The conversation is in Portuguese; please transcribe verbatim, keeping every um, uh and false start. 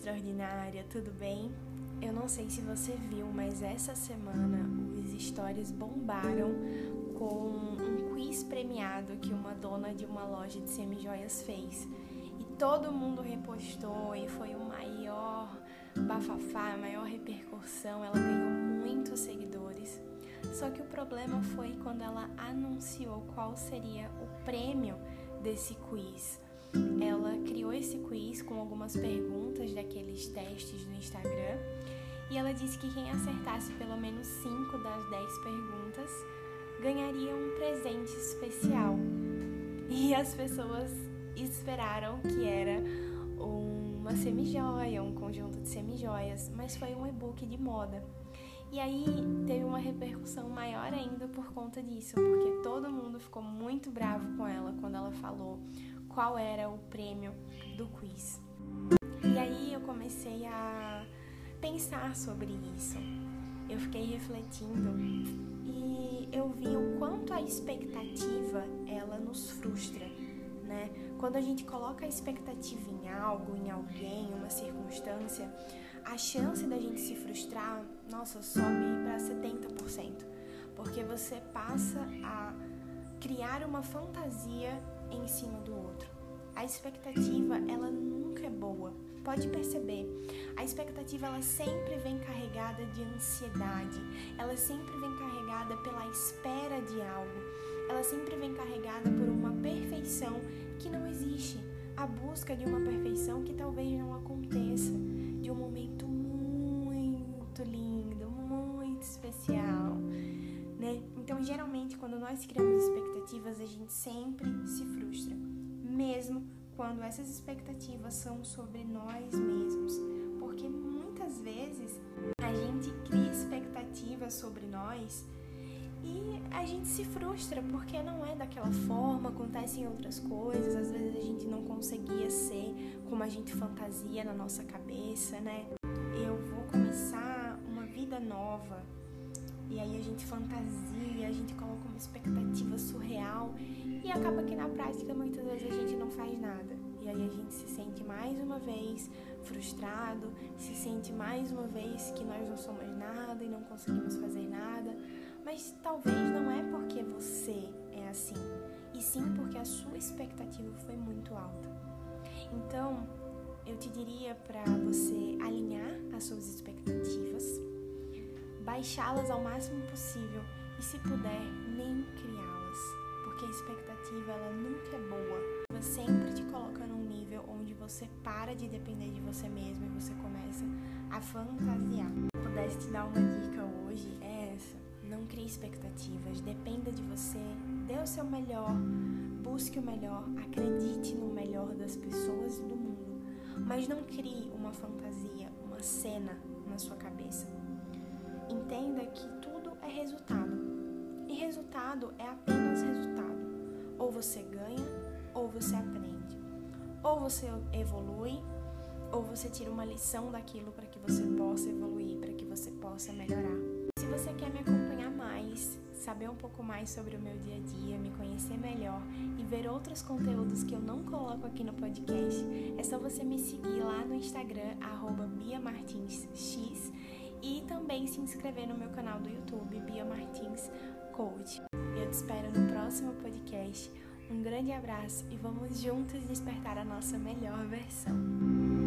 extraordinária, tudo bem? Eu não sei se você viu, mas essa semana os stories bombaram com um quiz premiado que uma dona de uma loja de semijoias fez. E todo mundo repostou e foi o maior bafafá, a maior repercussão, ela ganhou muitos seguidores. Só que o problema foi quando ela anunciou qual seria o prêmio desse quiz. Ela criou esse quiz com algumas perguntas daqueles testes do Instagram e ela disse que quem acertasse pelo menos cinco das dez perguntas ganharia um presente especial. E as pessoas esperaram que era uma semijoia, um conjunto de semijoias, mas foi um e-book de moda. E aí teve uma repercussão maior ainda por conta disso, porque todo mundo ficou muito bravo com ela quando ela falou qual era o prêmio do quiz. E aí eu comecei a pensar sobre isso. Eu fiquei refletindo e eu vi o quanto a expectativa, ela nos frustra, né? Quando a gente coloca a expectativa em algo, em alguém, uma circunstância, a chance da gente se frustrar, nossa, sobe para setenta por cento. Porque você passa a criar uma fantasia em cima do outro. A expectativa, ela nunca é boa. Pode perceber, a expectativa, ela sempre vem carregada de ansiedade. Ela sempre vem carregada pela espera de algo. Ela sempre vem carregada por uma perfeição que não existe. A busca de uma perfeição que talvez não aconteça. De um momento muito lindo, muito especial, né? Então, geralmente, quando nós criamos expectativas, a gente sempre se frustra. Mesmo quando essas expectativas são sobre nós mesmos. Porque muitas vezes a gente cria expectativas sobre nós e a gente se frustra porque não é daquela forma, acontecem outras coisas, às vezes a gente não conseguia ser como a gente fantasia na nossa cabeça, né? Eu vou começar uma vida nova e aí a gente fantasia, a gente coloca uma expectativa surreal e acaba que na prática muitas vezes a gente não faz nada. E aí a gente se sente mais uma vez frustrado, se sente mais uma vez que nós não somos nada e não conseguimos fazer nada. Mas talvez não é porque você é assim, e sim porque a sua expectativa foi muito alta. Então, eu te diria para você alinhar as suas expectativas, baixá-las ao máximo possível e, se puder, nem criá-las, porque a expectativa, ela nunca é boa. Ela sempre te coloca num nível onde você para de depender de você mesmo e você começa a fantasiar. Se eu pudesse te dar uma dica hoje, é essa. Não crie expectativas, dependa de você, dê o seu melhor, busque o melhor, acredite no melhor das pessoas e do mundo, mas não crie uma fantasia, uma cena na sua cabeça. Entenda que tudo é resultado, e resultado é apenas resultado. Ou você ganha, ou você aprende, ou você evolui, ou você tira uma lição daquilo para que você possa evoluir, para que você possa melhorar. Se você quer me acompanhar mais, saber um pouco mais sobre o meu dia a dia, me conhecer melhor e ver outros conteúdos que eu não coloco aqui no podcast, é só você me seguir lá no Instagram, arroba Bia Martins X, e também se inscrever no meu canal do YouTube, Bia Martins Coach. Eu te espero no próximo podcast. Um grande abraço e vamos juntos despertar a nossa melhor versão.